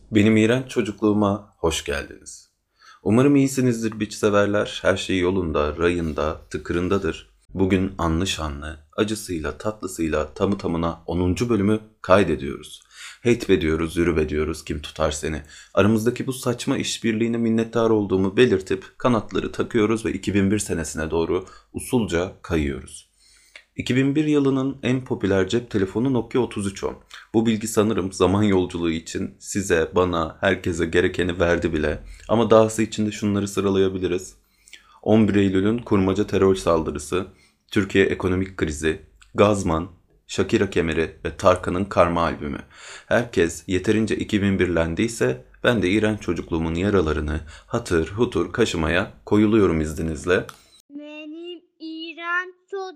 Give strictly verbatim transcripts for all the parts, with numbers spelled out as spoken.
Benim iğrenç çocukluğuma hoş geldiniz. Umarım iyisinizdir biç severler, her şey yolunda, rayında, tıkırındadır. Bugün anlı şanlı, acısıyla, tatlısıyla tamı tamına onuncu bölümü kaydediyoruz. Hate be diyoruz, yürü be diyoruz, kim tutar seni. Aramızdaki bu saçma işbirliğine minnettar olduğumu belirtip kanatları takıyoruz ve iki bin bir senesine doğru usulca kayıyoruz. iki bin bir yılının en popüler cep telefonu Nokia otuz üç on. Bu bilgi sanırım zaman yolculuğu için size, bana, herkese gerekeni verdi bile. Ama dahası için de şunları sıralayabiliriz. on bir Eylül'ün kurmaca terör saldırısı, Türkiye ekonomik krizi, Gazman, Shakira kemeri ve Tarkan'ın Karma albümü. Herkes yeterince iki bin birlendiyse ben de iğrenç çocukluğumun yaralarını hatır hutur kaşımaya koyuluyorum izninizle. Benim iğrenç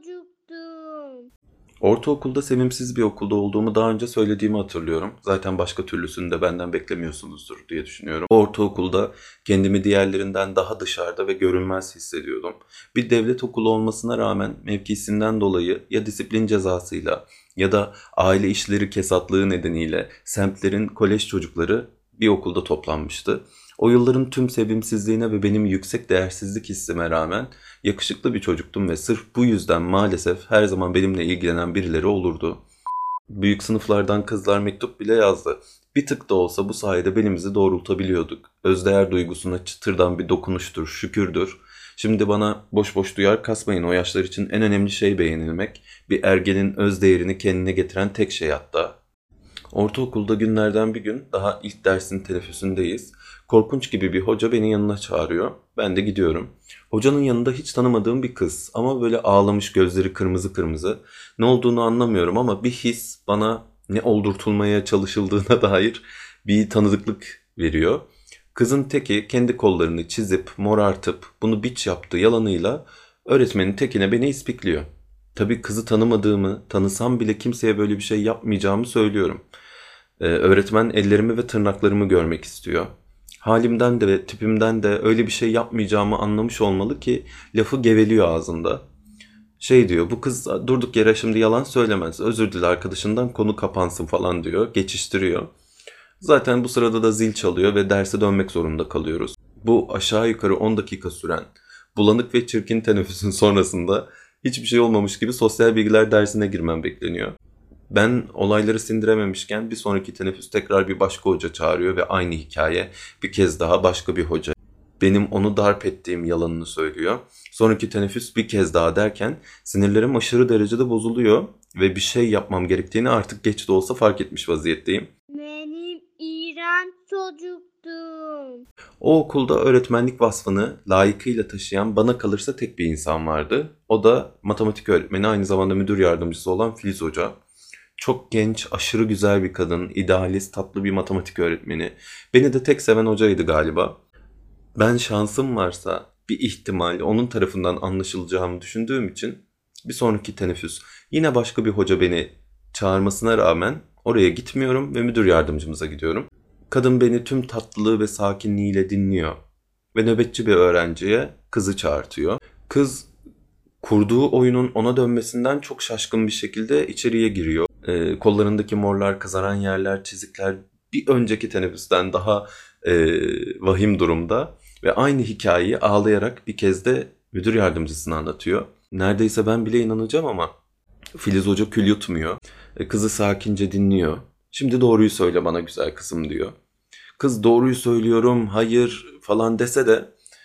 çocuktum. Ortaokulda sevimsiz bir okulda olduğumu daha önce söylediğimi hatırlıyorum. Zaten başka türlüsünü de benden beklemiyorsunuzdur diye düşünüyorum. Ortaokulda kendimi diğerlerinden daha dışarıda ve görünmez hissediyordum. Bir devlet okulu olmasına rağmen mevkisinden dolayı ya disiplin cezasıyla ya da aile işleri kesatlığı nedeniyle semtlerin kolej çocukları bir okulda toplanmıştı. O yılların tüm sevimsizliğine ve benim yüksek değersizlik hissime rağmen yakışıklı bir çocuktum ve sırf bu yüzden maalesef her zaman benimle ilgilenen birileri olurdu. Büyük sınıflardan kızlar mektup bile yazdı. Bir tık da olsa bu sayede belimizi doğrultabiliyorduk. Özdeğer duygusuna çıtırdan bir dokunuştur, şükürdür. Şimdi bana boş boş duyar kasmayın, o yaşlar için en önemli şey beğenilmek. Bir ergenin özdeğerini kendine getiren tek şey hatta. Ortaokulda günlerden bir gün daha ilk dersin teneffüsündeyiz. Korkunç gibi bir hoca beni yanına çağırıyor. Ben de gidiyorum. Hocanın yanında hiç tanımadığım bir kız ama böyle ağlamış, gözleri kırmızı kırmızı. Ne olduğunu anlamıyorum ama bir his bana ne oldurtulmaya çalışıldığına dair bir tanıdıklık veriyor. Kızın teki kendi kollarını çizip morartıp bunu biç yaptığı yalanıyla öğretmenin tekine beni ispikliyor. Tabii kızı tanımadığımı, tanısam bile kimseye böyle bir şey yapmayacağımı söylüyorum. Ee, öğretmen ellerimi ve tırnaklarımı görmek istiyor. Halimden de ve tipimden de öyle bir şey yapmayacağımı anlamış olmalı ki lafı geveliyor ağzında. Şey diyor, bu kız durduk yere şimdi yalan söylemez. Özür dile arkadaşından, konu kapansın falan diyor. Geçiştiriyor. Zaten bu sırada da zil çalıyor ve derse dönmek zorunda kalıyoruz. Bu aşağı yukarı on dakika süren bulanık ve çirkin teneffüsün sonrasında hiçbir şey olmamış gibi sosyal bilgiler dersine girmem bekleniyor. Ben olayları sindirememişken bir sonraki teneffüs tekrar bir başka hoca çağırıyor ve aynı hikaye, bir kez daha başka bir hoca benim onu darp ettiğim yalanını söylüyor. Sonraki teneffüs bir kez daha derken sinirlerim aşırı derecede bozuluyor ve bir şey yapmam gerektiğini artık geç de olsa fark etmiş vaziyetteyim. Benim iğrenç çocuktum. O okulda öğretmenlik vasfını layıkıyla taşıyan bana kalırsa tek bir insan vardı. O da matematik öğretmeni, aynı zamanda müdür yardımcısı olan Filiz Hoca. Çok genç, aşırı güzel bir kadın, idealist, tatlı bir matematik öğretmeni. Beni de tek seven hocaydı galiba. Ben şansım varsa bir ihtimal onun tarafından anlaşılacağımı düşündüğüm için bir sonraki teneffüs yine başka bir hoca beni çağırmasına rağmen oraya gitmiyorum ve müdür yardımcımıza gidiyorum. Kadın beni tüm tatlılığı ve sakinliğiyle dinliyor ve nöbetçi bir öğrenciye kızı çağırtıyor. Kız kurduğu oyunun ona dönmesinden çok şaşkın bir şekilde içeriye giriyor. Ee, kollarındaki morlar, kızaran yerler, çizikler bir önceki teneffüsten daha e, vahim durumda. Ve aynı hikayeyi ağlayarak bir kez de müdür yardımcısına anlatıyor. Neredeyse ben bile inanacağım ama Filiz Hoca kül yutmuyor. E, kızı sakince dinliyor. Şimdi doğruyu söyle bana güzel kızım diyor. Kız doğruyu söylüyorum, hayır falan dese de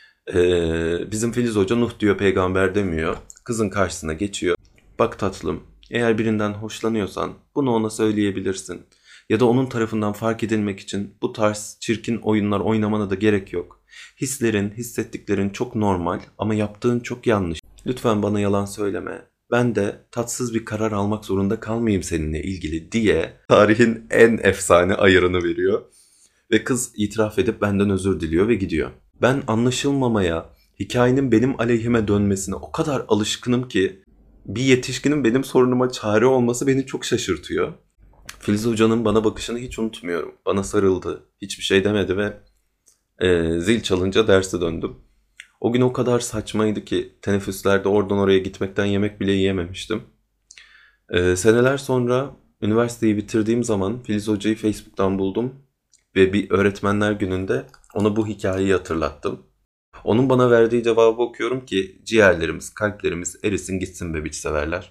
e, bizim Filiz Hoca Nuh diyor, peygamber demiyor. Kızın karşısına geçiyor. Bak tatlım, eğer birinden hoşlanıyorsan bunu ona söyleyebilirsin. Ya da onun tarafından fark edilmek için bu tarz çirkin oyunlar oynamana da gerek yok. Hislerin, hissettiklerin çok normal ama yaptığın çok yanlış. Lütfen bana yalan söyleme. Ben de tatsız bir karar almak zorunda kalmayayım seninle ilgili diye tarihin en efsane ayarını veriyor. Ve kız itiraf edip benden özür diliyor ve gidiyor. Ben anlaşılmamaya, hikayenin benim aleyhime dönmesine o kadar alışkınım ki bir yetişkinin benim sorunuma çare olması beni çok şaşırtıyor. Filiz Hoca'nın bana bakışını hiç unutmuyorum. Bana sarıldı, hiçbir şey demedi ve e, zil çalınca derse döndüm. O gün o kadar saçmaydı ki teneffüslerde oradan oraya gitmekten yemek bile yiyememiştim. E, seneler sonra üniversiteyi bitirdiğim zaman Filiz Hoca'yı Facebook'tan buldum. Ve bir öğretmenler gününde ona bu hikayeyi hatırlattım. Onun bana verdiği cevabı okuyorum ki ciğerlerimiz, kalplerimiz erisin gitsin be biç severler.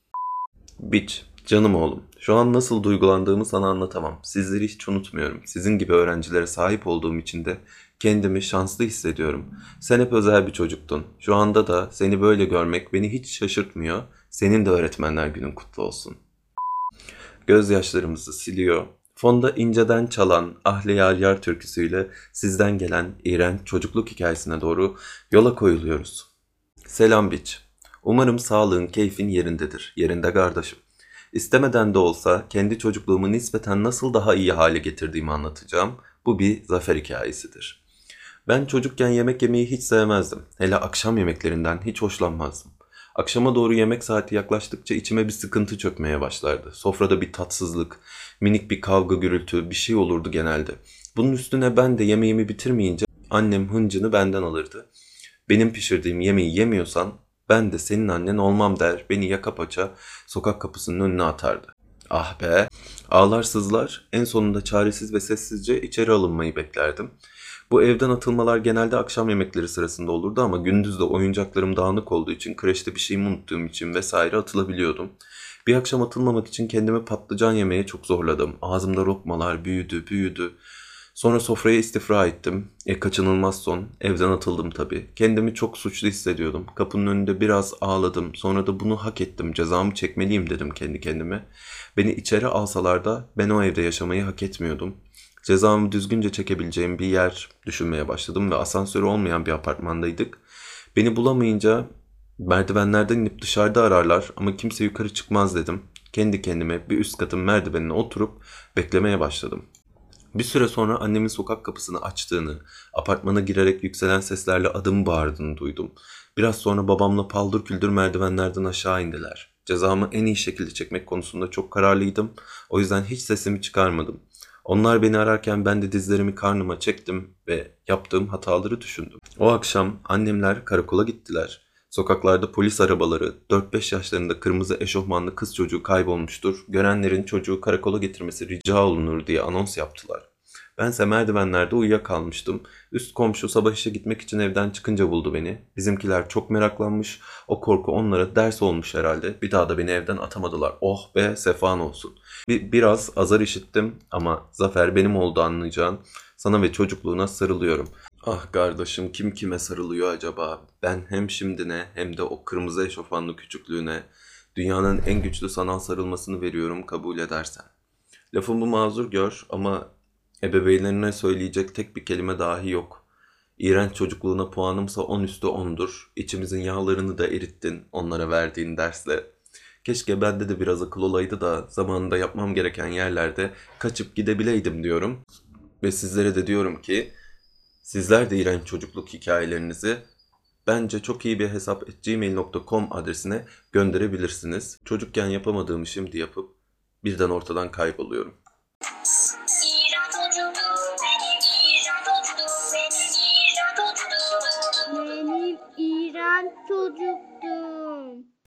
Biç, canım oğlum. Şu an nasıl duygulandığımı sana anlatamam. Sizleri hiç unutmuyorum. Sizin gibi öğrencilere sahip olduğum için de kendimi şanslı hissediyorum. Sen hep özel bir çocuktun. Şu anda da seni böyle görmek beni hiç şaşırtmıyor. Senin de öğretmenler günün kutlu olsun. Gözyaşlarımızı siliyor. Fonda inceden çalan Ahle Yar Yar türküsüyle sizden gelen iğrenç çocukluk hikayesine doğru yola koyuluyoruz. Selam biç. Umarım sağlığın, keyfin yerindedir. Yerinde kardeşim. İstemeden de olsa kendi çocukluğumu nispeten nasıl daha iyi hale getirdiğimi anlatacağım. Bu bir zafer hikayesidir. Ben çocukken yemek yemeyi hiç sevmezdim. Hele akşam yemeklerinden hiç hoşlanmazdım. Akşama doğru yemek saati yaklaştıkça içime bir sıkıntı çökmeye başlardı. Sofrada bir tatsızlık, minik bir kavga gürültü bir şey olurdu genelde. Bunun üstüne ben de yemeğimi bitirmeyince annem hıncını benden alırdı. Benim pişirdiğim yemeği yemiyorsan ben de senin annen olmam der, beni yaka paça sokak kapısının önüne atardı. Ah be! Ağlar sızlar, en sonunda çaresiz ve sessizce içeri alınmayı beklerdim. Bu evden atılmalar genelde akşam yemekleri sırasında olurdu ama gündüz de oyuncaklarım dağınık olduğu için, kreşte bir şeyimi unuttuğum için vesaire atılabiliyordum. Bir akşam atılmamak için kendimi patlıcan yemeye çok zorladım. Ağzımda lokmalar büyüdü, büyüdü. Sonra sofraya istifra ettim. E kaçınılmaz son. Evden atıldım tabii. Kendimi çok suçlu hissediyordum. Kapının önünde biraz ağladım. Sonra da bunu hak ettim. Cezamı çekmeliyim dedim kendi kendime. Beni içeri alsalar da ben o evde yaşamayı hak etmiyordum. Cezamı düzgünce çekebileceğim bir yer düşünmeye başladım ve asansörü olmayan bir apartmandaydık. Beni bulamayınca merdivenlerden inip dışarıda ararlar ama kimse yukarı çıkmaz dedim. Kendi kendime bir üst katın merdivenine oturup beklemeye başladım. Bir süre sonra annemin sokak kapısını açtığını, apartmana girerek yükselen seslerle adımı bağırdığını duydum. Biraz sonra babamla paldır küldür merdivenlerden aşağı indiler. Cezamı en iyi şekilde çekmek konusunda çok kararlıydım. O yüzden hiç sesimi çıkarmadım. Onlar beni ararken ben de dizlerimi karnıma çektim ve yaptığım hataları düşündüm. O akşam annemler karakola gittiler. Sokaklarda polis arabaları, dört beş yaşlarında kırmızı eşofmanlı kız çocuğu kaybolmuştur, görenlerin çocuğu karakola getirmesi rica olunur diye anons yaptılar. Bense merdivenlerde uyuyakalmıştım. Üst komşu sabah işe gitmek için evden çıkınca buldu beni. Bizimkiler çok meraklanmış, o korku onlara ders olmuş herhalde. Bir daha da beni evden atamadılar. Oh be sefan olsun. Bir, biraz azar işittim ama zafer benim oldu anlayacağın. Sana ve çocukluğuna sarılıyorum. Ah kardeşim kim kime sarılıyor acaba? Ben hem şimdine hem de o kırmızı eşofmanlı küçüklüğüne dünyanın en güçlü sanal sarılmasını veriyorum kabul edersen. Lafımı mazur gör ama ebeveynlerine söyleyecek tek bir kelime dahi yok. İğrenç çocukluğuna puanımsa on üstü ondur. İçimizin yağlarını da erittin onlara verdiğin dersle. Keşke bende de biraz akıl olaydı da zamanında yapmam gereken yerlerde kaçıp gidebileydim diyorum. Ve sizlere de diyorum ki sizler de iğrenç çocukluk hikayelerinizi bence çok iyi bir hesap at gmail nokta com adresine gönderebilirsiniz. Çocukken yapamadığımı şimdi yapıp birden ortadan kayboluyorum.